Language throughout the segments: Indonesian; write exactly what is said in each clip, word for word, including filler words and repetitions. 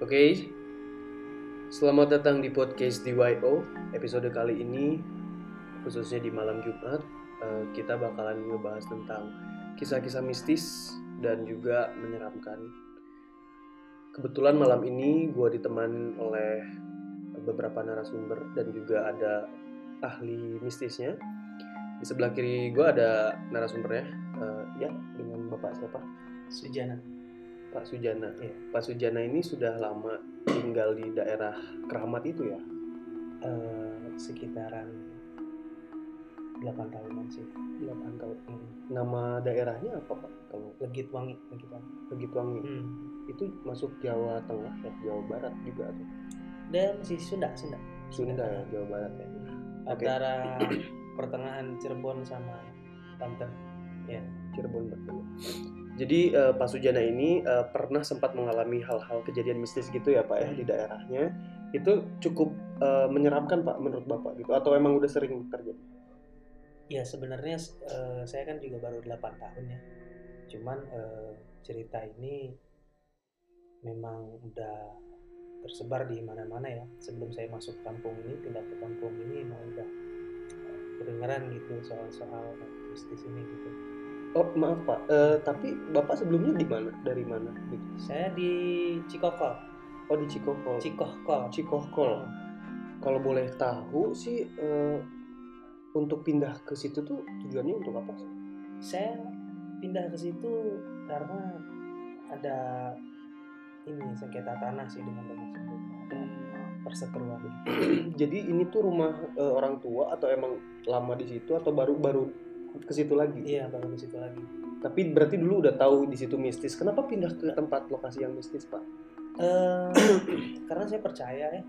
Oke, selamat datang di podcast D Y O. Episode kali ini, khususnya di malam Jumat, eh, kita bakalan ngebahas tentang kisah-kisah mistis dan juga menyeramkan. Kebetulan malam ini gue ditemani oleh beberapa narasumber dan juga ada ahli mistisnya. Di sebelah kiri gue ada narasumbernya, eh, ya dengan Bapak siapa? Sujana. Pak Sujana. Ya. Pak Sujana ini sudah lama tinggal di daerah Keramat itu ya? Uh, sekitaran delapan tahunan sih. delapan tahun. Hmm. Nama daerahnya apa Pak? Kalau Legitwangi, Legitwangi. Legitwangi. Hmm. Itu masuk Jawa Tengah ya, Jawa Barat juga tuh. Dan masih Sunda, Sunda. Sunda, Sunda ya, Jawa Barat ya. Antara okay. pertengahan Cirebon sama Banten. Ya, Cirebon Banten. Jadi uh, Pak Sujana ini uh, pernah sempat mengalami hal-hal kejadian mistis gitu ya Pak ya di daerahnya. Itu cukup uh, menyeramkan Pak menurut Bapak gitu atau emang udah sering terjadi? Ya sebenarnya uh, saya kan juga baru delapan tahun ya. Cuman uh, cerita ini memang udah tersebar di mana-mana ya. Sebelum saya masuk kampung ini, pindah ke kampung ini memang udah uh, kedengaran gitu soal-soal mistis ini gitu. Oh maaf Pak, uh, tapi Bapak sebelumnya di mana? Dari mana? Gitu? Saya di Cikokol. Oh di Cikokol. Cikohkol. Cikokol. Hmm. Kalau boleh tahu sih, uh, untuk pindah ke situ tuh tujuannya untuk apa sih? Saya pindah ke situ karena ada ini sengketa tanah sih dengan rumah sebelumnya. Ada perseteruan. Jadi ini tuh rumah uh, orang tua atau emang lama di situ atau baru-baru ke situ lagi? Iya, baru ke situ lagi. Tapi berarti dulu udah tahu di situ mistis. Kenapa pindah ke tempat lokasi yang mistis, Pak? Uh, karena saya percaya ya.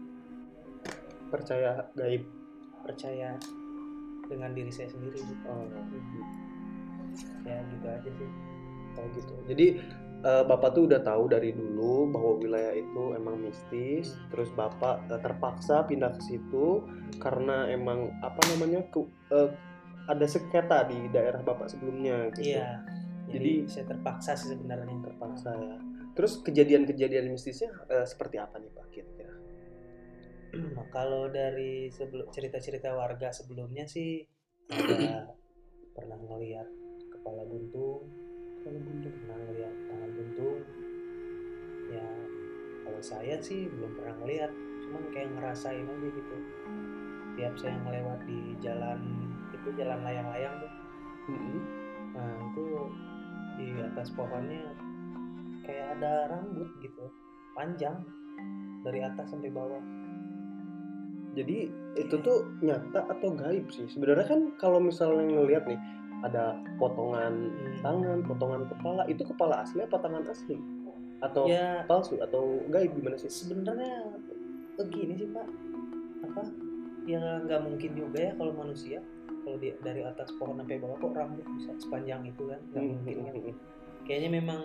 Percaya gaib. Percaya dengan diri saya sendiri gitu. Oh, gitu. Ya gitu aja sih. Oh gitu. Jadi uh, Bapak tuh udah tahu dari dulu bahwa wilayah itu emang mistis. Hmm. Terus Bapak uh, terpaksa pindah ke situ karena emang apa namanya ke, uh, ada sengketa di daerah Bapak sebelumnya gitu. Iya. Jadi, jadi saya terpaksa sih sebenarnya. Terpaksa ya. Terus kejadian-kejadian mistisnya uh, seperti apa nih Pak kira-kira? Nah, kalau dari sebelum cerita-cerita warga sebelumnya sih ada pernah ngelihat kepala buntung, kepala buntung pernah ngelihat tangan buntung. Ya kalau saya sih belum pernah ngelihat, cuman kayak ngerasain aja gitu. Tiap saya ngelewat di jalan itu jalan layang-layang tuh, mm-hmm. nah itu di atas pohonnya kayak ada rambut gitu, panjang dari atas sampai bawah. Jadi itu tuh nyata atau gaib sih? Sebenarnya kan kalau misalnya ngelihat nih ada potongan hmm. tangan, potongan kepala, itu kepala asli apa tangan asli? Atau ya, palsu atau gaib gimana sih? Sebenarnya begini sih Pak, apa? Ya nggak mungkin juga ya kalau manusia kalau di, dari atas pohon sampai bawah kok rambut bisa sepanjang itu kan? Nggak hmm. mungkin kan? Kayaknya memang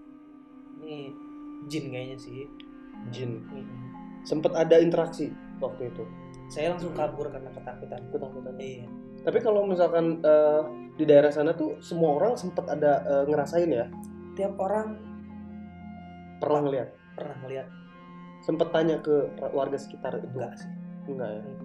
ini jin kayaknya sih. Jin. Hmm. Sempet ada interaksi waktu itu. Saya langsung kabur karena ketakutan. Ketakutan. Iya. Tapi kalau misalkan uh, di daerah sana tuh semua orang sempat ada uh, ngerasain ya? Tiap orang pernah ngeliat? Pernah ngeliat. Sempet tanya ke warga sekitar itu? Enggak sih. Enggak ya. Hmm.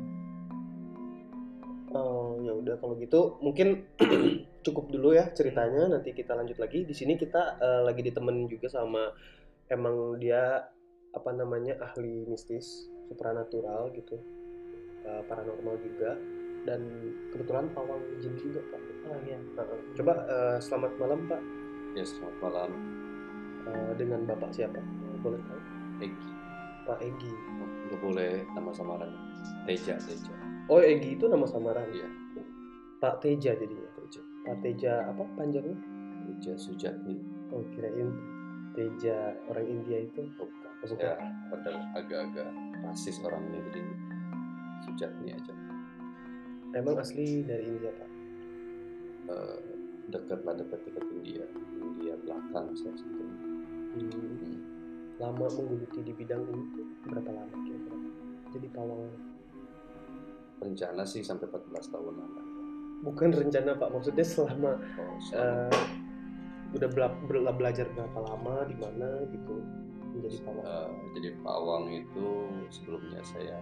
Oh ya udah kalau gitu mungkin cukup dulu ya ceritanya. Nanti kita lanjut lagi. Di sini kita uh, lagi ditemenin juga sama emang dia apa namanya ahli mistis, supranatural gitu, uh, paranormal juga, dan kebetulan pawang jin juga Pak. Oh iya. Uh, coba uh, selamat malam Pak. Ya selamat malam. Uh, dengan Bapak siapa? Boleh tahu? Egi. Pak Egi. Oh, nggak boleh nama samaran. Teja, Teja. Oh Egi itu nama samaran. Iya. Pak Teja jadinya. Teja. Pak Teja apa panjangnya? Teja Sujatni. Oh kirain Teja orang India itu. Oh, ya, padahal agak-agak rasis orang ini jadi Sujatni aja. Emang asli dari India Pak? Uh, dekat lah dekat dekat India, India belakang saya situ. Hmm. Hmm. Lama menggeluti di bidang ini tuh berapa lama kira-kira? Jadi pawang. Rencana sih sampai empat belas tahunan. Bukan rencana Pak, maksudnya selama, oh, selama. Uh, udah bela- bela- belajar berapa lama di mana gitu? menjadi pawang? Uh, jadi pawang itu sebelumnya saya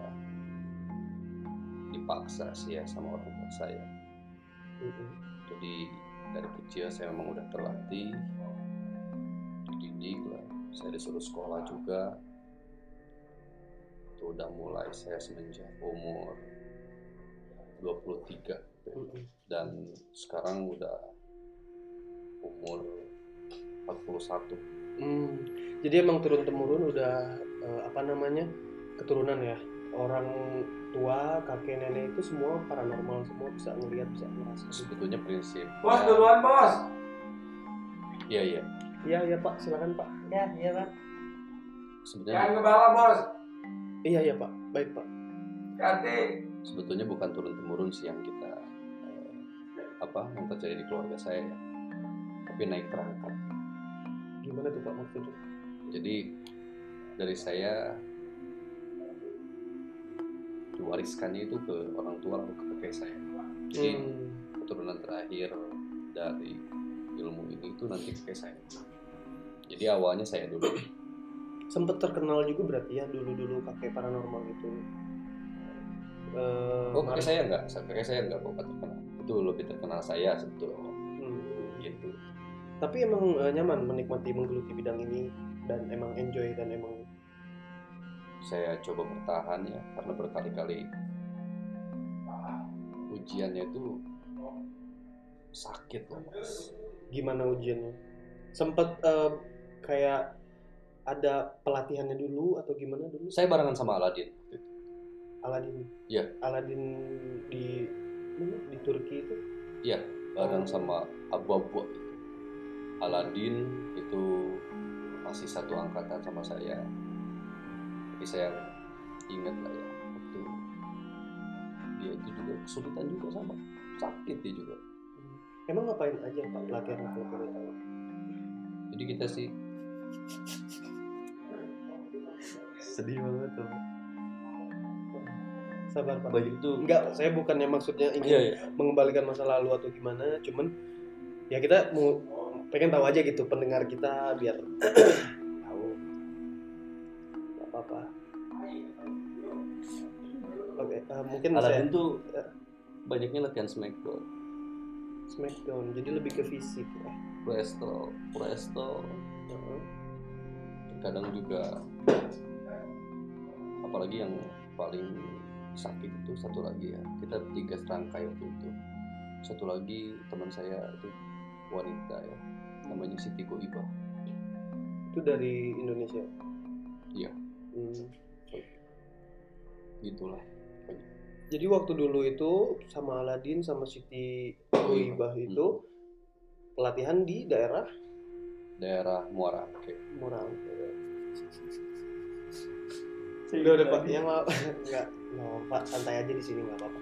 dipaksa sih ya sama orang tua saya. Mm-hmm. Jadi dari kecil saya memang udah terlatih, dididik lah. Saya disuruh sekolah juga. Itu udah mulai saya semenjak umur dua puluh tiga. Mm-hmm. Dan sekarang udah umur empat puluh satu. Hmm, jadi emang turun-temurun udah uh, apa namanya keturunan ya, orang tua, kakek, nenek itu semua paranormal, semua bisa ngelihat, bisa ngerasa. Sebetulnya prinsip. Bos, duluan bos. Iya iya. Iya iya Pak, silakan Pak. Ya iya Pak. Sebetulnya. Jangan ke bawah bos. Iya iya Pak, baik Pak. Ganti. Sebetulnya bukan turun-temurun sih yang kita eh, apa yang terjadi di keluarga saya, tapi naik perangkat. Gimana tuh Pak maksudnya? Jadi dari saya diwariskannya itu ke orang tua atau ke kakek saya. Jadi hmm. keturunan terakhir dari ilmu ini itu nanti kakek saya. Jadi awalnya saya dulu. Sempet terkenal juga berarti ya dulu-dulu kakek paranormal itu. Uh, oh kakek saya enggak, kakek saya enggak kok terkenal. Itu lebih terkenal saya sebetulnya. Hmm. Gitu. Tapi emang uh, nyaman menikmati menggeluti bidang ini dan emang enjoy dan emang saya coba bertahan ya karena berkali-kali ah, ujiannya itu sakit loh Mas. Gimana ujiannya? Sempet uh, kayak ada pelatihannya dulu atau gimana dulu? Saya barengan sama Aladin. Aladin? Iya. Aladin di mana? Di Turki itu? Iya, bareng oh. sama Abu-Abu. Aladin itu masih satu angkatan sama saya. Tapi saya ingat lah ya waktu dia itu juga kesulitan juga sama, sakit dia juga. Emang ngapain aja Pak pelatihan kalau boleh tahu? Jadi kita sih sedih banget tuh. Sabar Pak. Banyak itu. Enggak, saya bukannya maksudnya ingin iya, iya. mengembalikan masa lalu atau gimana, cuman ya kita mau pengen tahu aja gitu pendengar kita biar tahu. Gak apa-apa. Oke, okay, uh, mungkin Aladin saya tuh uh, banyaknya latihan smackdown. Smackdown, jadi lebih ke fisik ya. Presto, presto. Uh-huh. Kadang juga apalagi yang paling sakit itu satu lagi ya. Kita tiga serangkai waktu itu. Satu lagi teman saya itu wanita ya. Namanya Siti Goibah. Itu dari Indonesia? Iya. Hmm. Gitulah. Jadi waktu dulu itu sama Aladin sama Siti Goibah itu hmm. pelatihan di daerah daerah Muara Angke. Muara Angke. Udah udah Pak, yang enggak, no, Pak santai aja di sini nggak apa-apa.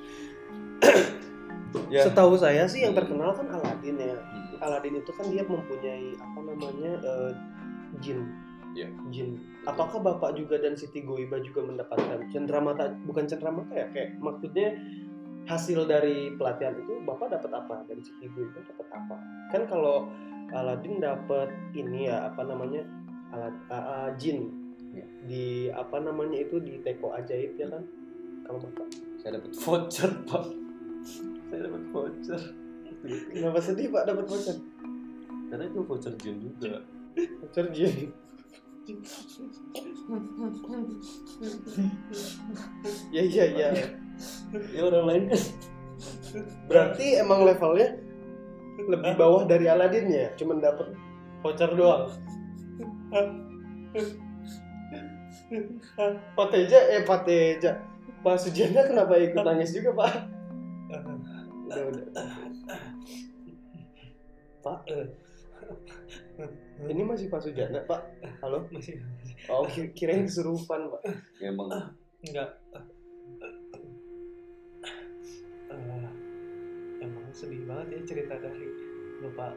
Ya. Setahu saya sih yang terkenal kan Aladin ya. Hmm. Aladin itu kan dia mempunyai apa namanya uh, jin. Ya. Jin. Apakah Bapak juga dan Siti Goibah juga mendapatkan cenderamata? Bukan cenderamata ya, kayak maksudnya hasil dari pelatihan itu Bapak dapat apa dan Siti Goibah dapat apa? Kan kalau Aladin dapat ini ya apa namanya alat uh, uh, jin ya. Di apa namanya itu di teko ajaib ya kan? Kalau Bapak? Saya dapat voucher Pak. Saya dapat voucher. Kenapa sedih Pak dapat voucher? Karena itu voucher jin juga. Voucher jin. Ya iya iya. Ya orang lain kan. Berarti emang levelnya lebih bawah dari Aladin ya, cuman dapat voucher doang. Pak Teja eh Pak Teja. Pak Sujana kenapa ikut nangis juga Pak? Udah udah. Pak. Ini masih Pak Sujana, Pak? Halo? Masih. Oh, kirain kesurupan, Pak. Ya, emang enggak. Uh, emang sedih banget ya cerita dari Bapak.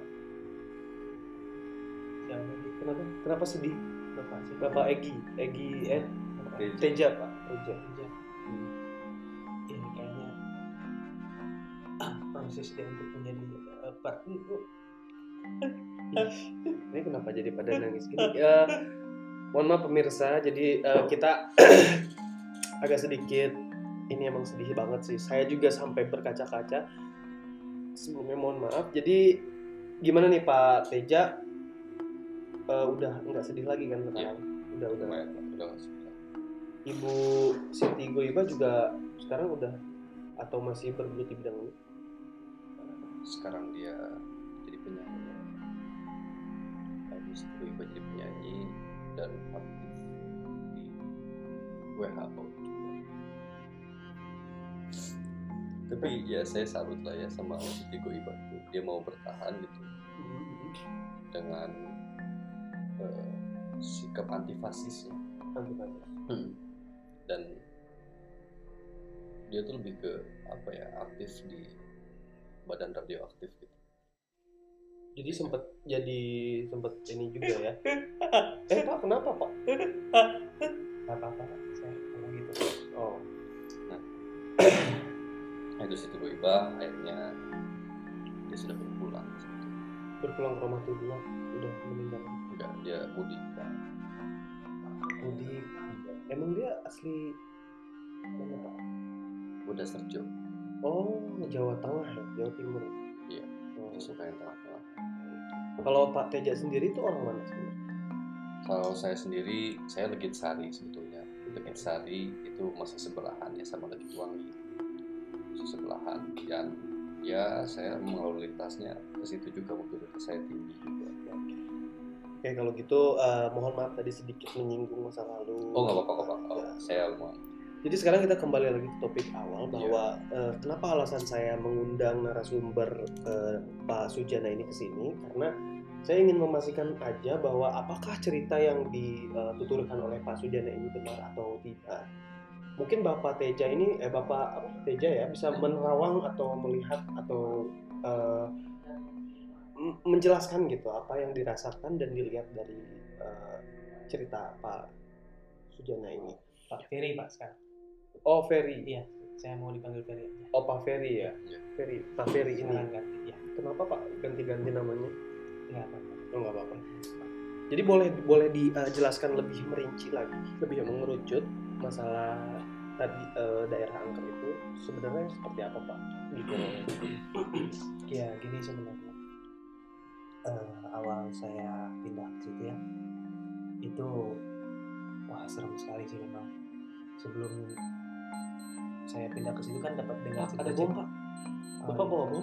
Ya, kenapa? Kenapa sedih? Bapak sih. Bapak Egi, Egi eh Teja. Teja, Pak. Teja. Teja. Hmm. Ini kayaknya ah, proses dia untuk menjadi uh, partner. Ini kenapa jadi pada nangis gini? Ya, Mohon maaf pemirsa, jadi uh, kita agak sedikit, ini emang sedih banget sih. Saya juga sampai berkaca-kaca. Sebelumnya mohon maaf. Jadi gimana nih Pak Teja? Uh, udah nggak sedih lagi kan sekarang? Ya. Udah udah. Lumayan, udah nggak sedih. Ibu Siti Goiba juga sekarang udah atau masih bergelut di bidang ini? Sekarang dia jadi penyanyi. Habis itu Ibu jadi penyanyi dan aktif di W H O juga. Tapi ya saya salut lah ya sama Siti Goiba itu. Dia mau bertahan gitu dengan uh, sikap antifasisnya. Antifasis. Hmm. Dan dia tuh lebih ke apa ya, aktif di badan radioaktif gitu. Jadi sempat jadi sempat ini juga ya. Eh Pak, kenapa Pak? Nggak apa-apa, saya ngomong gitu. Oh, Nah itu Siti Goiba akhirnya dia sudah berpulang gitu. berpulang ke rumah tuh dulu, udah meninggal. Enggak, dia mudik kan. Mudik. Emang dia asli mana Pak? Udah Serjo. Oh, Jawa Tengah ya, Jawa Timur. Iya, Oh. dia suka yang tengah-tengah. Kalau Pak Teja sendiri itu orang mana sebenarnya? Kalau saya sendiri, saya Legit Sari sebetulnya. Legit Sari itu masih sebelahan ya sama Legit Wangi. Masih sebelahan. Dan ya saya mengelola lintasnya ke situ juga, mobilitas saya tinggi juga. Oke, kalau gitu uh, mohon maaf tadi sedikit menyinggung masa lalu. Oh nggak apa-apa, nggak apa-apa. Oh, saya mau. Jadi sekarang kita kembali lagi ke topik awal bahwa uh, kenapa alasan saya mengundang narasumber uh, Pak Sujana ini ke sini, karena saya ingin memastikan aja bahwa apakah cerita yang dituturkan oleh Pak Sujana ini benar atau tidak. Mungkin Bapak Teja ini, eh Bapak apa, Teja ya, bisa menerawang atau melihat atau uh, m- menjelaskan gitu apa yang dirasakan dan dilihat dari uh, cerita Pak Sujana ini. Pak Ferry Pak sekarang. Oh Ferry, Iya, saya mau dipanggil Ferry aja. oh Pak Ferry ya, Iya. Ferry, Pak Ferry ini. Sekarang ganti ya. Kenapa Pak ganti-ganti namanya? Nggak apa-apa. Oh nggak apa-apa. Jadi boleh boleh dijelaskan lebih merinci lagi, lebih mengerucut masalah tadi uh, daerah angker itu sebenarnya seperti apa Pak? Gitu. Ya gini sebenarnya. Uh, awal saya pindah ke situ ya, itu wah serem sekali sih memang. Sebelum saya pindah ke situ kan dapat dengar Ada bom Pak? Bapak bawa bom?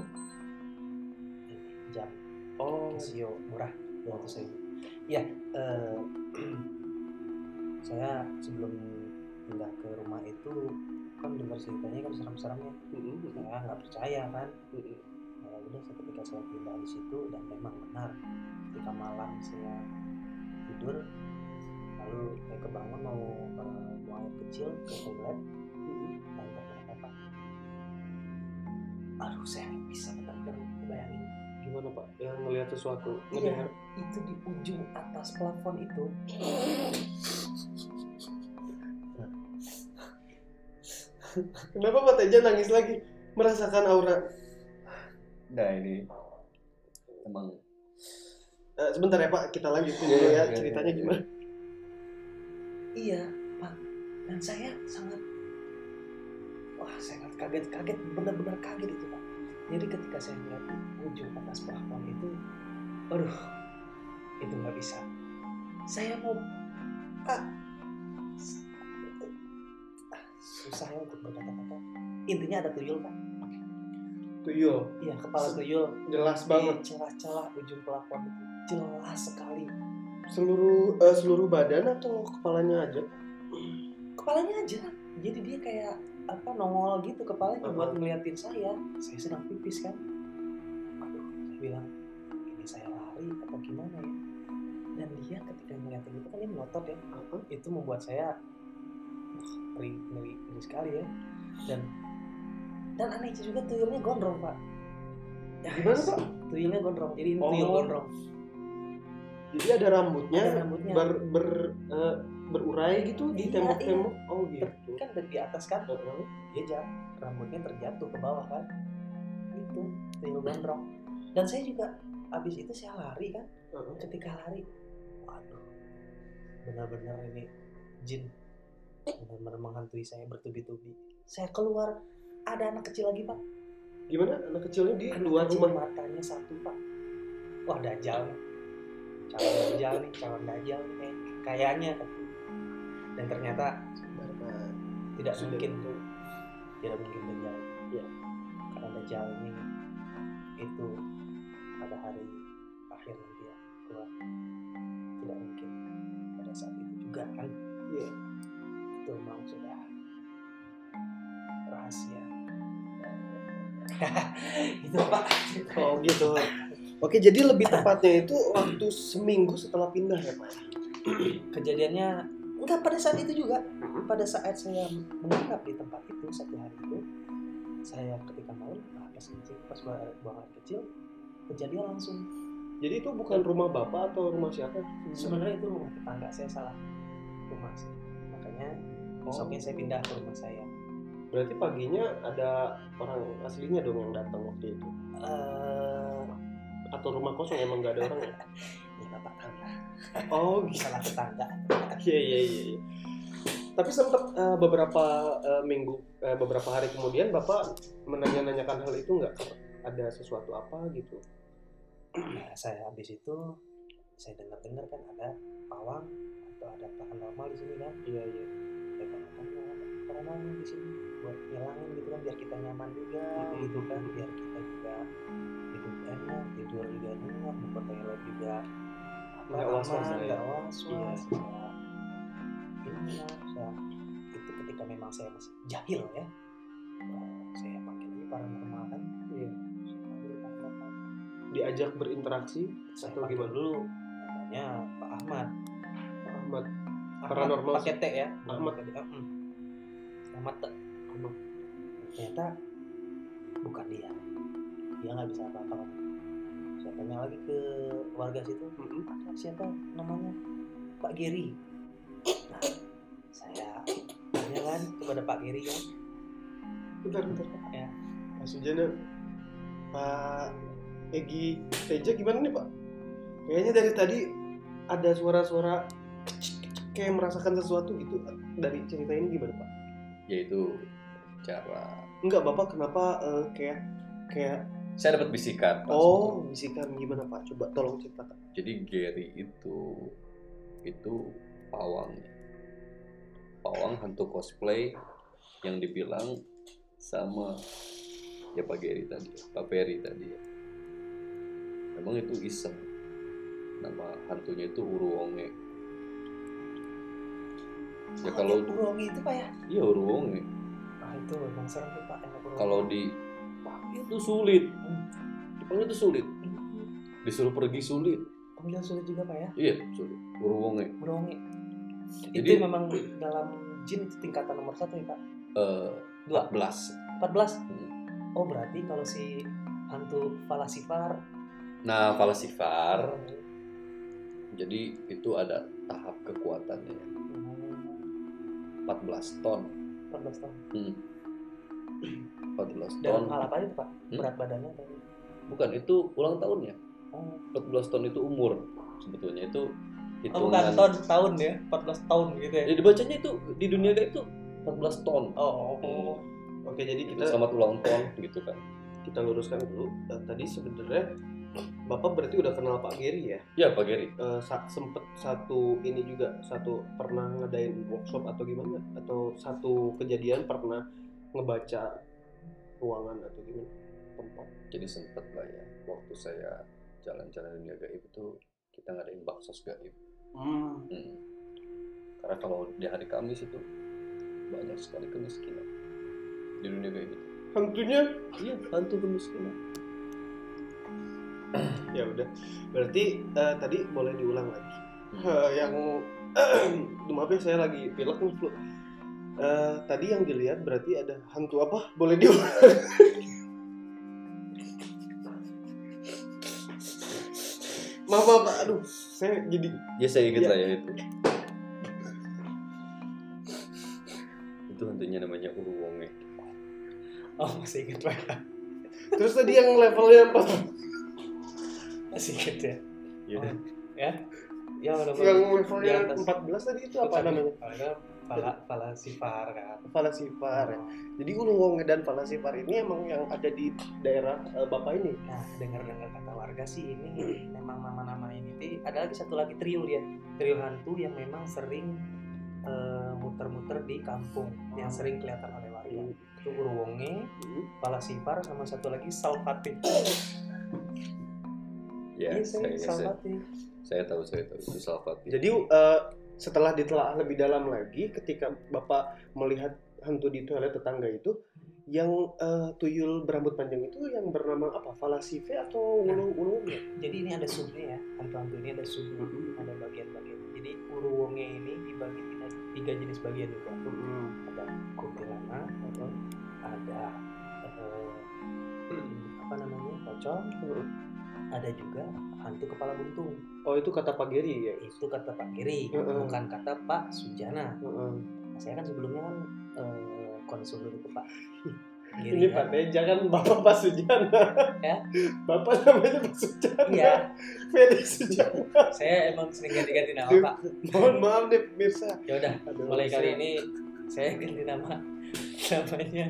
Jam Oh, Casio murah dua ratus ribu. Ya, uh, saya sebelum pindah ke rumah itu kan dengar ceritanya kan serem-seremnya. mm-hmm. Saya nggak percaya kan. Mm-hmm. Ya udah ketika saya pindah di situ dan memang benar ketika malam saya tidur lalu saya kebangun mau uh, mau air kecil ke toilet dan ternyata Pak, aduh saya nggak bisa benar-benar bayangin. Gimana Pak? Yang ngelihat sesuatu? Iya, Mendengar? itu di ujung atas plafon itu. Kenapa Pak Teja nangis lagi? Merasakan aura? Nah ini emang Uh, sebentar ya Pak, kita lanjutin Iya, dulu ya iya, ceritanya iya. gimana? Iya Pak, dan saya sangat wah sangat kaget-kaget, benar-benar kaget itu Pak. Jadi ketika saya melihat di ujung atas plafon itu, aduh, itu nggak bisa. Saya mau ah, susah ya untuk berkata-kata. Intinya ada tuyul Pak. Tuyul, Iya, kepala tuyul jelas di banget. celah-celah ujung plafon itu jelas sekali. Seluruh uh, seluruh badan atau kepalanya aja? Kepalanya aja, jadi dia kayak apa nongol gitu kepalanya Uh-huh. buat ngeliatin saya. Saya sedang pipis kan. Aduh, saya bilang ini saya lari atau gimana ya? Dan dia ketika ngeliatin itu kan dia melotot ya. Apa? Itu membuat saya wah, ngeri, ngeri, ngeri sekali ya. Dan dan aneh juga tuyulnya gondrong Pak. Ya, Gimana Pak? Tuyulnya gondrong, jadi ini Oh. tuyul gondrong. Jadi ada rambutnya, Ada rambutnya. ber, ber uh, berurai gitu di Iya, tembok-tembok. Oh Ter- gitu. kan dari di atas kan, Uh-huh. dia jat, rambutnya terjatuh ke bawah kan, gitu, tuyul gondrong. Dan saya juga abis itu saya lari kan, Uh-huh. ketika lari, waduh, benar-benar ini jin benar-benar menghantui saya bertubi-tubi. Saya keluar, ada anak kecil lagi pak. Gimana anak kecilnya di Anak luar kecil, rumah? matanya satu pak. Wah dajal nih, calon dajal nih, calon dajal nih kayaknya. Dan ternyata tidak Sudah mungkin, betul. tidak mungkin dajal. Ya. Karena dajal ini itu pada hari akhir nanti ya keluar. Tidak mungkin pada saat itu juga kan. Iya. Itu memang sudah rahasia. Itu pak. Oh gitu. Oke, jadi lebih tepatnya itu waktu seminggu setelah pindah ya Pak? Kejadiannya enggak pada saat itu juga. Pada saat saya menginap di tempat itu satu hari itu, saya ketika malam pas kecil, pas buang air kecil, kejadian langsung. Jadi itu bukan rumah Bapak atau rumah siapa? Sebenarnya itu rumah tetangga, saya salah rumah sih. Makanya besoknya saya pindah ke rumah saya. Berarti paginya ada orang aslinya dong yang datang waktu itu? Uh, Atau rumah kosong emang nggak ada orang ya? ya bapak tahu lah. Oh gitu. Salah tetangga. Iya iya iya. Tapi sempat uh, beberapa uh, minggu, uh, beberapa hari kemudian Bapak menanya-nanyakan hal itu nggak? Ada sesuatu apa gitu? Nah, saya habis itu saya dengar-dengar kan ada pawang atau ada paranormal di sini kan? Iya iya. Ya kan ada paranormal di sini buat ngilangin gitu kan biar kita nyaman juga Mm-hmm. gitu kan, biar kita juga hidup enak, tidur juga enak, buka toilet juga apa Nggak was-was aman, lah ya. nggak was-was. Iya. Ya. Ini lah, saya itu ketika memang saya masih jahil ya. Oh, saya panggil ini paranormal kan? Iya. Saya panggil paranormal. Diajak berinteraksi Saya atau panggil gimana? dulu namanya Pak Ahmad. Pak Ahmad. Ahmad Paranormal. pakai T ya. Ahmad. Pakai T. Hmm. Ahmad. Ahmad. Ternyata bukan dia. Dia nggak bisa apa-apa. Saya tanya lagi ke warga situ, Mm-mm. ada siapa namanya Pak Geri. Nah, saya tanya kan kepada Pak Geri kan. Bentar bentar. Ya. Pak Sujana, Pak Egi Teja gimana nih Pak? Kayaknya dari tadi ada suara-suara kayak merasakan sesuatu gitu. Dari cerita ini gimana Pak? Yaitu cara Enggak, Bapak kenapa uh, kayak kayak saya dapat bisikan. Pak. oh bisikan gimana Pak? Coba tolong ceritakan. Jadi Gary itu itu pawang, pawang hantu cosplay yang dibilang sama ya Pak Gary tadi, Pak Ferry tadi. Memang itu iseng. Nama hantunya itu Uruwonge. Ya Oh, kalau Urongi itu Pak ya? iya Uruwonge. Ah itu memang serem tuh Pak. Kalau di panggil itu sulit, dipanggil itu sulit, disuruh pergi sulit. panggilan sulit juga Pak ya? Iya sulit. Uruwonge. Urongi. Jadi Itu memang dalam jin itu tingkatan nomor satu ya Pak? eh, Dua. empat belas. empat belas. Hmm. Oh berarti kalau si hantu Falasifar. Nah, Falasifar, jadi itu ada tahap kekuatannya empat belas ton. empat belas tahun. Hmm. empat belas Dalam ton. hal apa itu Pak? Hmm? Berat badannya tadi. Bukan, itu ulang tahunnya. Oh. empat belas ton itu umur sebetulnya itu Oh bukan hitungan. tahun tahun ya, empat belas tahun gitu ya. Jadi dibacanya itu di dunia gaib itu empat belas ton. Oh. Hmm. Oke, jadi Itu kita selamat ulang tahun gitu kan. kita luruskan dulu. Uh, tadi sebenarnya Bapak berarti udah kenal Pak Geri ya? Ya Pak Geri. Uh, sa- sempet satu ini juga satu pernah ngadain workshop atau gimana? Atau satu kejadian pernah ngebaca ruangan atau gimana tempat? Jadi sempet lah ya waktu saya jalan-jalan dunia gaib itu kita ngadain baksos gaib. Hmm. Hmm. Karena kalau di hari Kamis itu banyak sekali kemiskinan di dunia gaib itu. Hantunya? Iya, hantu kemiskinan. Ya udah. Berarti uh, tadi boleh diulang lagi. Hmm. Uh, yang maaf ya saya lagi pilek nih flu. Uh, tadi yang dilihat berarti ada hantu apa? Boleh diulang? Maaf, maaf, Pak. Aduh, saya jadi Ya saya ingat Ya. lah ya itu. Itu hantunya namanya Uruwonge. Oh masih ingat Pak. terus tadi yang levelnya apa? Masih ingat ya. Iya. Oh. Ya. yang yang levelnya atas. empat belas tadi itu apa namanya? Kalau Fala Falasifar kan. Falasifar ya. Jadi Uruwonge dan Falasifar ini emang yang ada di daerah uh, Bapak ini. Nah, dengar-dengar kata warga sih ini memang nama-nama ini. Tapi ada lagi satu lagi trio dia, trio hantu yang memang sering uh, muter-muter di kampung, yang sering kelihatan oleh warga. Itu Uruwonge, Falasifar, sama satu lagi Salpati. Ya, Iya, saya, saya, saya, Salpati. saya tahu, saya tahu itu Salpati. Jadi uh, setelah ditelaah lebih dalam lagi, ketika Bapak melihat hantu di toilet tetangga itu, yang uh, tuyul berambut panjang itu yang bernama apa? Falasife atau Uruwonge? Jadi ini ada subnya ya, hantu-hantu ini ada sub, Mm-hmm. ada bagian-bagian. Jadi Uruwonge ini dibagi tiga, tiga jenis bagian juga. Mm-hmm. Ada kuntilanak, ada uh, apa namanya pocong, ada juga hantu kepala buntung. Oh, itu kata Pak Geri ya? Itu kata Pak Geri, Uh-uh. bukan kata Pak Sujana. Uh-uh. Nah, saya kan sebelumnya kan uh, konsul dulu ke Pak Ini Geri. Pak Teja kan Bapak Pak Sujana. Ya. Bapak namanya Pak Sujana. Iya. Ferry Sujana. Saya emang sering ganti-ganti nama Pak. Mohon maaf nih pemirsa. Ya udah, Aduh, mulai saya- kali ini saya ganti nama. Namanya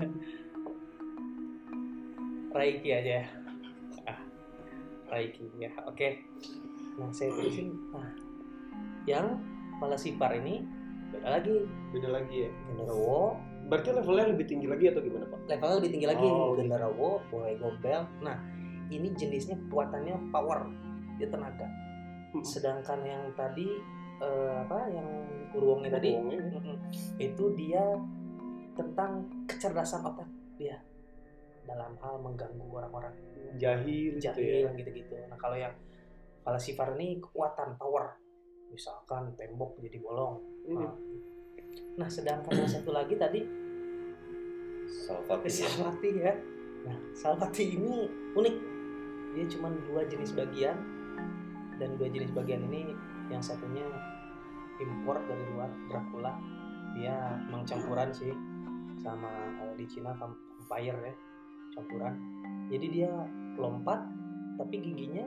Raiki aja ya. Ah, Raiki ya. Oke. Nah, saya tulisin. Nah, yang Falasifar ini beda lagi. Beda lagi ya. Genderuwo Berarti levelnya lebih tinggi lagi atau gimana Pak? levelnya lebih tinggi lagi. Oh, gitu. Genderuwo, Boy Gombel. Nah, ini jenisnya kekuatannya power, dia tenaga. Hmm. Sedangkan yang tadi eh, apa yang Uruwonge tadi Uruwonge, ya. mm-mm, itu dia tentang kecerdasan otak dia dalam hal mengganggu orang-orang, Jahil, gitu jahil ya. gitu-gitu. Nah, kalau yang Falasifar ini kekuatan power, misalkan tembok jadi bolong. Hmm. Nah, nah sedangkan yang satu lagi tadi Salpati. Salpati ya. Nah, Salpati ini unik. Dia cuma dua jenis bagian, dan dua jenis bagian ini yang satunya impor dari luar, Dracula. Dia emang campuran sih sama uh, di Cina vampire ya, campuran. Jadi dia lompat tapi giginya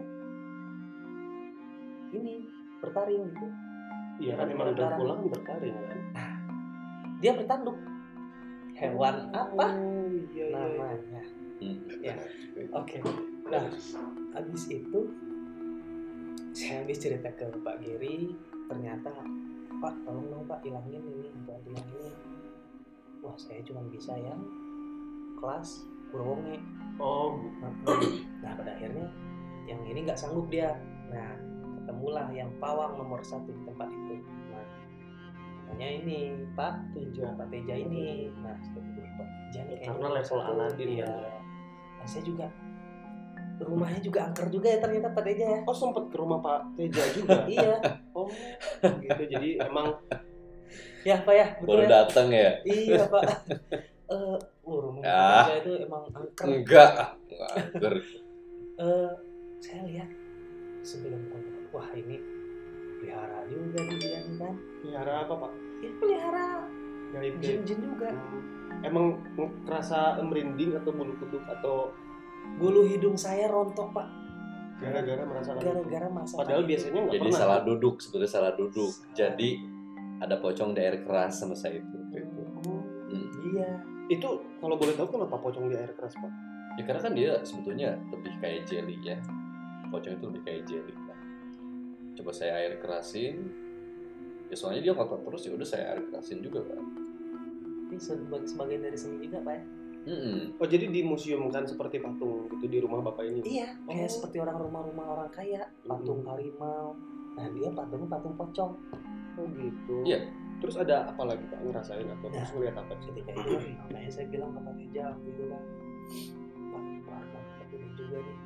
ini bertaring gitu. Iya kan emang Dracula kan bertaring kan. Dia bertanduk. Hewan apa Oh, iya, iya. namanya? Hmm, Ya. benar juga. Oke. Nah, habis itu saya habis cerita ke Pak Geri, ternyata Pak tolong dong Pak hilangin ini, buat hilang ini. Wah, saya cuma bisa yang kelas Uruwonge. Oh, Nah, pada akhirnya yang ini nggak sanggup dia. Nah, ketemulah yang pawang nomor satu di tempat itu. Nah, namanya ini Pak Teja. Pak Teja ini. Nah, seperti Pak Teja nih kayaknya Karena nomor level satu. Aladin Iya. kan. Nah, saya juga rumahnya juga angker juga ya ternyata Pak Teja ya. Oh, sempat ke rumah Pak Teja juga. Iya. Oh, gitu. Jadi emang Ya Pak ya, betul Baru ya. datang ya? Iya Pak. Eh, oh, rumah Ya. Pak Teja itu emang angker. Enggak. Enggak. Angker. Eh, saya lihat sebelum kontrak, wah ini pelihara juga nih dia nih kan. pelihara apa Pak? Ini pelihara Gaib. jin-jin juga. Emang kerasa merinding atau bulu kuduk atau Bulu hidung saya rontok Pak, gara-gara merasakan itu? gara-gara masa. Padahal biasanya nggak Jadi pernah. salah duduk, sebetulnya salah duduk. Jadi ada pocong di air keras sama saya itu. waktu itu. Oh, Hmm. Iya. itu kalau boleh tahu kenapa pocong di air keras Pak? Ya karena kan dia sebetulnya lebih kayak jelly ya. Pocong itu lebih kayak jelly kan. Coba saya air kerasin. Ya soalnya dia kotor terus, ya udah saya air kerasin juga kan. Ini sebagai sebagian dari seni juga Pak ya. Mm-mm. Oh, jadi di museum kan seperti patung gitu di rumah Bapak ini? Iya, kayak Oh. seperti orang rumah-rumah orang kaya, patung harimau. Nah dia patungnya patung pocong. Oh gitu. Iya. Terus ada apa lagi Pak ngerasain atau terus ngeliat apa sih? Ketika itu kan, makanya saya bilang ke Pak Teja waktu itu kan, Pak warga Pak ini juga nih,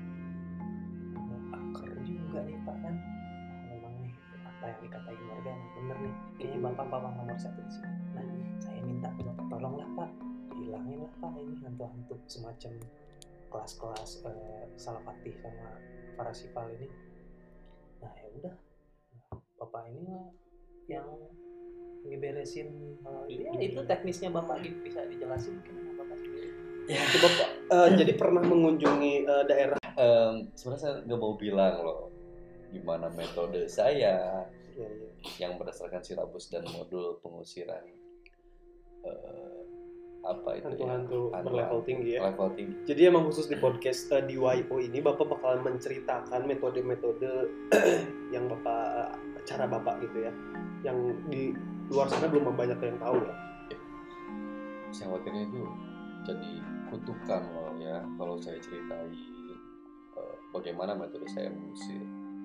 angker juga nih Pak kan. Nah, memang nih apa yang dikatain warga emang bener nih. Kayaknya Bapak pawang nomor satu di sini. Nah saya minta ke Bapak tolonglah Pak, hilangin lah Pak ini hantu-hantu semacam kelas-kelas eh, Salapati sama Falasifar ini. Nah ya udah, Bapak ini lah yang ngeberesin hal ya, itu teknisnya Bapak gitu, bisa dijelasin mungkin sama Bapak sendiri. Coba Pak, eh, jadi pernah mengunjungi eh, daerah Em, sebenarnya saya nggak mau bilang loh. gimana metode saya Iya, iya. yang berdasarkan silabus dan modul pengusiran eh, apa itu Hantu-hantu ya? berlevel tinggi ya. Level tinggi. Jadi emang khusus di podcast uh, di Y O ini Bapak bakalan menceritakan metode-metode yang Bapak cara Bapak gitu ya. Yang di luar sana belum banyak yang tahu ya. Saya khawatirnya itu jadi kutukan loh ya kalau saya ceritain uh, bagaimana metode saya mengusir.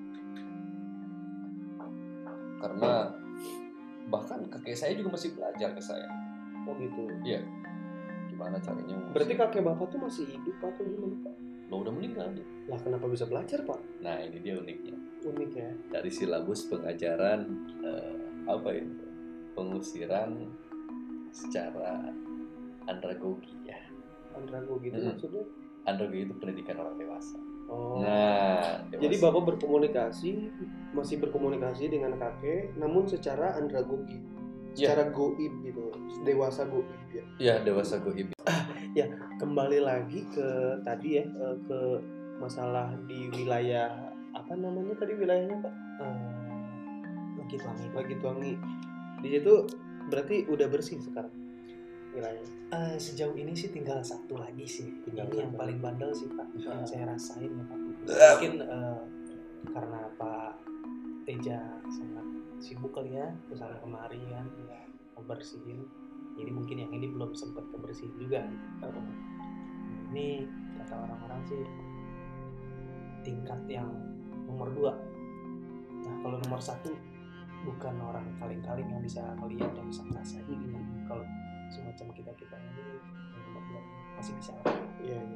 Karena bahkan kakek saya juga masih belajar ke saya. Oh gitu. Iya. Gimana caranya mengusir. Berarti kakek Bapak tuh masih hidup atau gimana Pak? Lo udah meninggal dia. Lah kenapa bisa belajar Pak? Nah ini dia uniknya. Unik ya. Dari silabus pengajaran uh, apa itu pengusiran secara andragogi ya. Andragogi gitu Hmm. maksudnya? Andragogi itu pendidikan orang dewasa. Oh. Nah, dewasa. Jadi Bapak berkomunikasi, masih berkomunikasi dengan kakek, namun secara andragogi, Ya. secara goib gitu, dewasa goib ya. Ya dewasa goib. Kembali lagi ke tadi ya, eh, ke masalah di wilayah apa namanya tadi wilayahnya Pak? Lagi tuangi. Lagi Tuangi. Di situ berarti udah bersih sekarang wilayahnya. Eh, sejauh ini sih tinggal satu lagi sih. Tinggal ini yang satu paling bandel sih Pak. Ah. Yang saya rasain ya Pak. Mungkin eh, karena Pak Teja sangat sibuk kali ya, kesana kemari kan, ya, membersihin. Jadi mungkin yang ini belum sempat kebersihin juga gitu. Ini kata orang-orang sih tingkat yang nomor dua. Nah kalau nomor satu bukan orang kaleng-kaleng yang bisa melihat dan bisa ngerasain. Nah, kalau semacam kita kita ini yang nomor dua masih bisa lah. Iya, iya.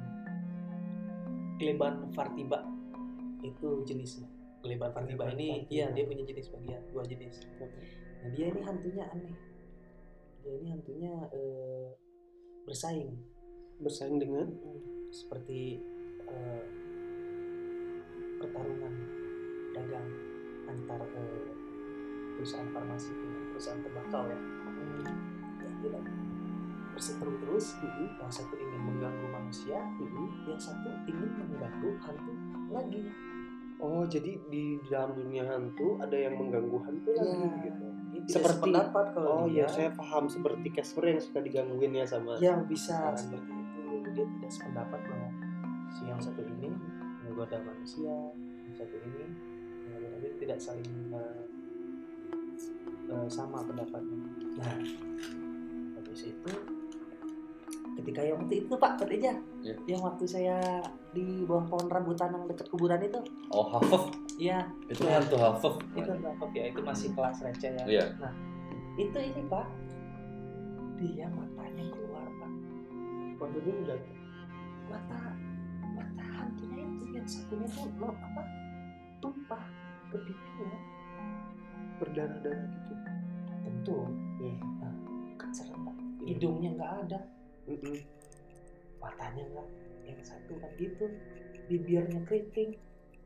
Geleban Fartiba itu jenisnya. Geleban Fartiba Geleban ini Fartiba. iya dia punya jenis bagian dua jenis. Nah dia ini hantunya aneh. Dia ini hantunya eh, bersaing. Bersaing dengan Seperti eh, pertarungan dagang antar eh, perusahaan farmasi dengan perusahaan tembakau ya. Ya dia berseteru terus. Yang satu ingin mengganggu manusia, yang satu ingin mengganggu hantu lagi. Oh, jadi di dalam dunia hantu ada yang mengganggu hantu Iya. lagi gitu. Dia tidak Seperti- sependapat kalau Oh dia iya, saya paham seperti Casper yang suka digangguin ya sama. yang bisa Orang. seperti itu. Dia tidak sependapat bahwa si yang satu ini menggoda manusia, yang satu ini menggoda, dia tidak saling uh, uh, sama pendapatnya. Nah, habis itu ketika yang waktu itu Pak, Pak Teja, Iya. yang waktu saya di bawah pohon rambutan yang dekat kuburan itu, Oh hafaf. iya, Itu hantu hafaf. itu apa ya? Itu masih kelas receh ya. Iya. Itu ini Pak, dia matanya keluar Pak. Maksudnya udah mata mata hantunya itu yang satunya tuh lo apa tumpah ke pipinya berdarah-darah gitu. tentu Iya. nah, kan serem Pak. Hidungnya nggak ada, Mm-mm. matanya nggak, yang satu kan gitu, bibirnya keriting.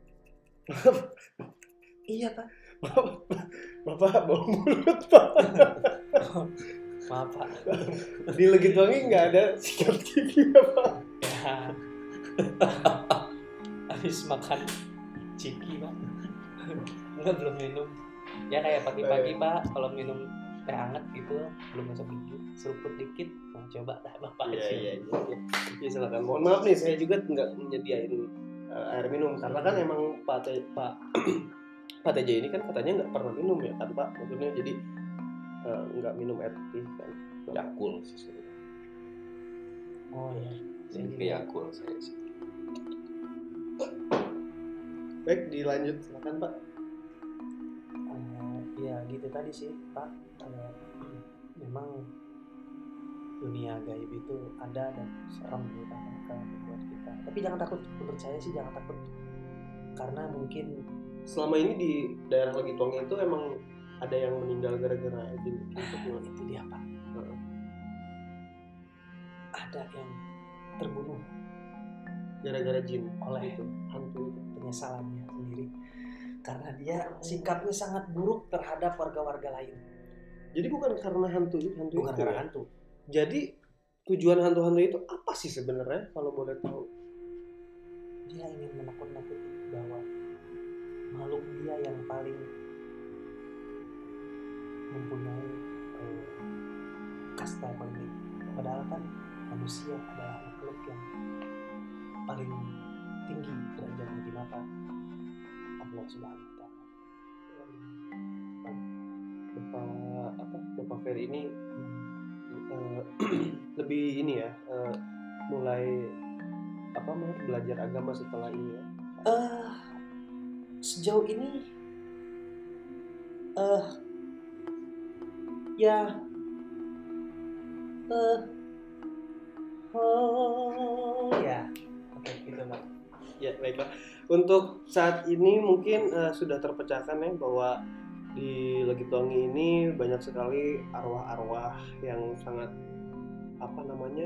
Iya Pak. Bapak bau mulut Pak. Maaf Pak. Di Legit Wangi nggak ada sikat gigi ya Pak. Ya. Habis makan ciki Pak. Enggak, belum minum. Ya kayak pagi-pagi Pak, kalau minum teh hangat gitu belum masuk gigi, seruput dikit. Nah, coba dah Bapak. Iya iya iya. Ya silakan. Mohon maaf nih, saya juga nggak menyediain uh, air minum karena kan emang Pak Te, Pak Pak Teja ini kan katanya nggak pernah minum ya kan Pak. Maksudnya jadi uh, nggak minum air putih kan. Yakul sih sebetulnya. Oh iya. Ini ke Yakul saya sih. Baik, dilanjut silakan Pak. Uh, ya gitu tadi sih Pak. Uh, memang dunia gaib itu ada dan serem gitu kan buat kita. Tapi jangan takut, menurut saya sih jangan takut. Karena mungkin Selama ini di daerah Legit Wangi itu emang ada yang meninggal gara-gara jin ah, itu. itu dia Pak. Heeh. Ada yang terbunuh Gara-gara jin oleh itu hantu itu. penyesalannya sendiri karena dia sikapnya sangat buruk terhadap warga-warga lain. Jadi bukan karena hantu itu, hantu Bukan itu karena ya? hantu. Jadi tujuan hantu-hantu itu apa sih sebenarnya kalau boleh tahu? Dia ingin menakut-nakuti bahwa manusia yang paling mempunyai eh, kasta paling tinggi. Padahal kan manusia adalah makhluk yang paling tinggi derajatnya di mata Allah Subhanahu wa taala. Bapak apa Bapak Ferry ini uh, lebih ini ya uh, mulai apa mau belajar agama setelah ini ya. Uh, sejauh ini uh, ya uh, oh ya oke okay, gitu lah. Ya baiklah. Untuk saat ini mungkin uh, sudah terpecahkan ya bahwa di Legitwangi ini banyak sekali arwah-arwah yang sangat apa namanya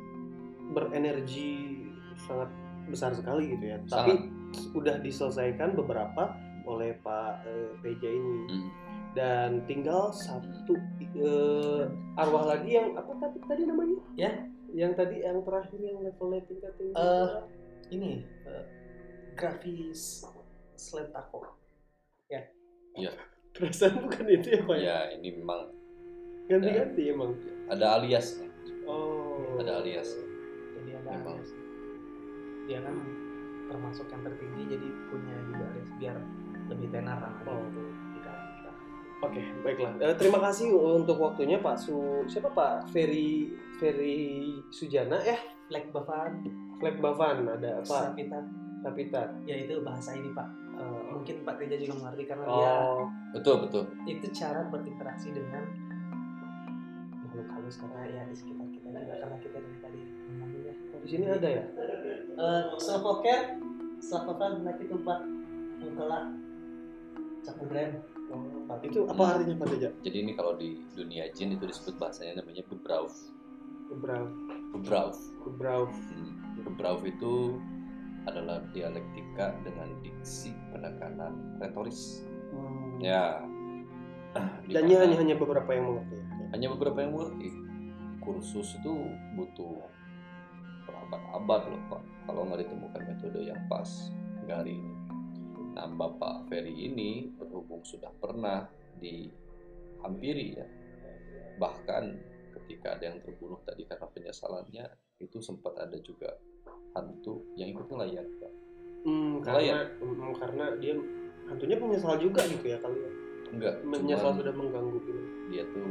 berenergi sangat besar sekali gitu ya. Sangat. Tapi sudah diselesaikan beberapa oleh Pak eh, Teja ini. Hmm. Dan tinggal satu eh, arwah lagi yang apa tadi tadi namanya? Ya, yang tadi yang terakhir yang levelnya tingkat tinggi. Uh, ini uh, grafis Slentako. Ya. Iya. Perasaan bukan itu ya Pak? Ya, ini memang ganti-ganti ya, emang. Ada alias. Oh. Ada alias. Jadi ada memang. Alias. Dia kan termasuk yang tertinggi, jadi punya juga alias biar lebih tenar lah. Oh. Gitu. Oke, okay, baiklah. Uh, terima kasih untuk waktunya Pak Su. Siapa Pak Ferry Ferry Sujana ya? Flag Bavan. Flag Bavan ada apa? Sapitat. Sapitat. Ya itu bahasa ini Pak. Uh, mungkin Pak Teja juga mengerti karena oh. dia. Betul betul. Itu cara berinteraksi dengan makhluk halus karena ya di sekitar kita juga karena kita dari tadi ngomongin ya. Di sini ada ya? Uh, Self-care, self-care benar itu Pak. Mengkelak. Cakubren. Oh, itu apa artinya Pak Teja? Jadi ini kalau di dunia jin itu disebut bahasanya namanya gebrauf. Gebrauf. Gebrauf. Gebrauf. Hmm. Gebrauf itu adalah dialektika dengan diksi penekanan retoris. Hmm. Ya. Dan hanya hanya beberapa yang mengerti. Hanya beberapa yang mengerti. Kursus itu butuh berabad-abad loh Pak. Kalau nggak ditemukan metode yang pas nggak hari ini. Nah, Bapak Ferry ini berhubung sudah pernah dihampiri ya. Bahkan ketika ada yang terbunuh tadi karena penyesalannya, itu sempat ada juga hantu yang ikut ngelayat Pak. Hmm, karena, mm, karena dia hantunya menyesal juga gitu ya kali ya? Enggak. Menyesal sudah mengganggu gitu. Dia tuh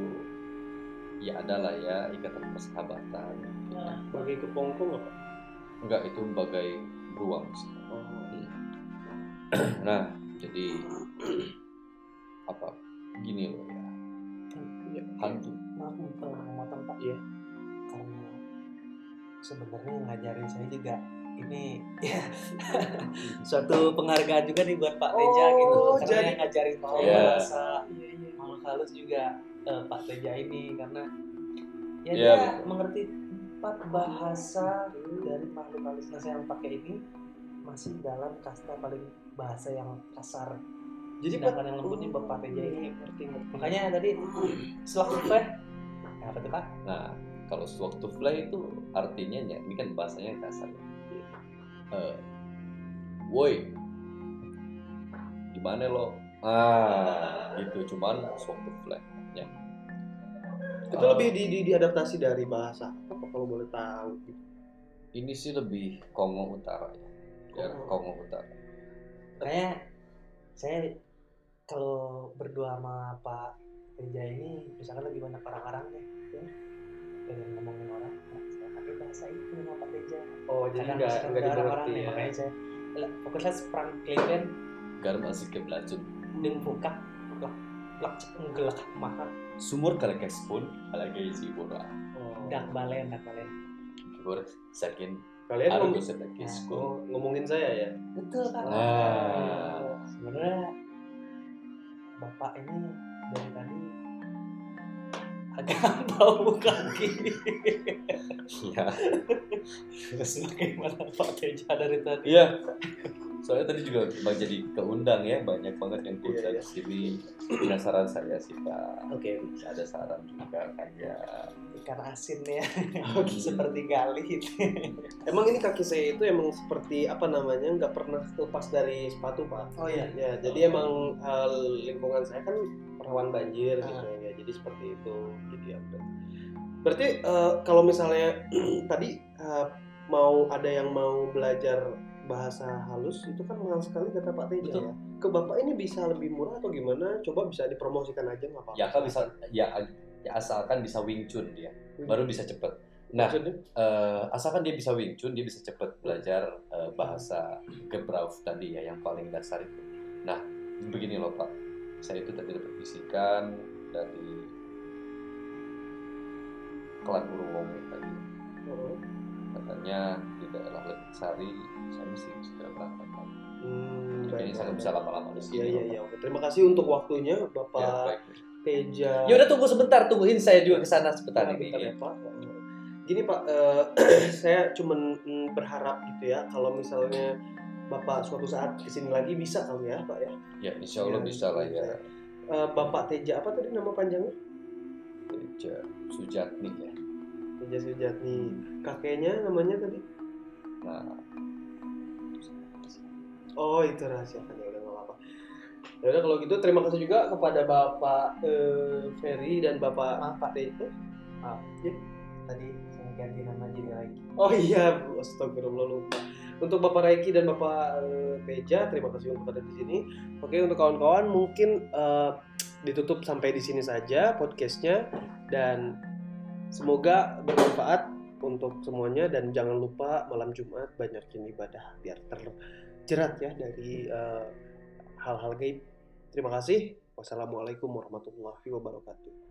ya ada lah ya ikatan persahabatan. Bagai kepompong apa? Enggak, itu bagai beruang. Oh. Nah, jadi apa? Gini loh ya. Ya, hantu. Maaf memotong Pak. Iya. Karena sebenarnya ngajarin saya juga ini ya suatu penghargaan juga nih buat Pak Teja oh, gitu. Karena jadi, yang ngajarin saya yeah. bahasa iya, iya. makhluk halus juga uh, Pak Teja ini karena ya yeah, dia betul. mengerti empat bahasa dari makhluk halus. Nah, saya yang pakai ini masih dalam kasta paling bahasa yang kasar. Jadi sedangkan yang lembut ini Bapak Teja ini ngerti. Makanya tadi sewaktu fly ya, apa tuh Pak? Nah, kalau sewaktu fly itu artinya ya, ini kan bahasanya kasar. Uh, woi, di mana lo? Ah, gitu. Cuman sewaktu fly. Ya. Itu uh, lebih di, di, diadaptasi dari bahasa apa kalau boleh tahu? Ini sih lebih Kongo Utara ya. Ya, Kongo Utara. Kayak saya kalau berdua sama Pak Teja ini misalkan lagi banyak orang-orangnya ya, pengen ngomongin orang, nah, saya pakai bahasa itu sama Pak Teja. Oh, jadi nggak nggak orang-orang ya. Makanya saya fokusnya perang klien garam asik ke belacun dan buka lak lak ngelak makan sumur kalekes pun ala gaji bora. Oh. dak balen dak balen. Bora sakin Kalian ngom- ngom- oh, ngomongin saya ya? Betul Pak. Nah. Sebenarnya Bapak ini dari tadi agak bau kaki. Ya. Terus bagaimana Pak Teja dari tadi? Iya. Soalnya tadi juga bang jadi keundang ya, banyak banget yang kuundang Iya, iya. ke sini. Dengan saran saya sih Pak. Oke. Ada saran juga kan ya. Ikan asin ya. Oke. Seperti gali. Emang ini kaki saya itu emang seperti apa namanya, nggak pernah lepas dari sepatu Pak. Oh iya. Ya, jadi emang uh, lingkungan saya kan rawan banjir Ah. gitu ya, jadi seperti itu. Jadi ya udah. Berarti uh, kalau misalnya tadi uh, mau ada yang mau belajar bahasa halus itu kan mahal sekali kata Pak Teja. Betul. Ya. Ke Bapak ini bisa lebih murah atau gimana? Coba bisa dipromosikan aja nggak apa-apa. Ya kan bisa ya, ya asalkan bisa Wing Chun dia, baru bisa cepet. Nah, Maksudnya? eh, asalkan dia bisa Wing Chun, dia bisa cepet belajar eh, bahasa Gebrauch tadi ya, yang paling dasar itu. Nah, begini loh Pak, saya itu tadi dapat bisikan dari Klan Urung tadi. Oh. Katanya di daerah Lebensari, saya mesti segera berangkat. Hmm, Kayaknya saya nggak bisa lama-lama di sini. Iya iya loh, iya. Pak. Oke. Terima kasih untuk waktunya Bapak Ya, baik. Teja. Ya udah tunggu sebentar, tungguin saya juga ke sana sebentar Bentar, ini. bentar ya Pak. Gini Pak, eh, saya cuman mm, berharap gitu ya, kalau misalnya Bapak suatu saat kesini lagi bisa kali ya Pak ya. Ya, insya Allah Ya, bisa lah ya. Eh, Bapak Teja apa tadi nama panjangnya? Teja Sujatni ya. Teja Sujatni. Kakeknya namanya tadi? Nah, Oh itu rahasia kan, ya udah nggak apa-apa. Ya udah kalau gitu terima kasih juga kepada Bapak eh, Ferry dan Bapak Maaf Pak. Teja. Maaf. Ya. Tadi saya ganti nama jadi lagi. Oh iya, astagfirullah lupa. Untuk Bapak Raiki dan Bapak eh, Teja, terima kasih untuk ada di sini. Oke, untuk kawan-kawan mungkin eh, ditutup sampai di sini saja podcastnya, dan semoga bermanfaat untuk semuanya, dan jangan lupa malam Jumat banyakin ibadah biar terjerat ya dari eh, hal-hal gaib. Terima kasih. Wassalamualaikum warahmatullahi wabarakatuh.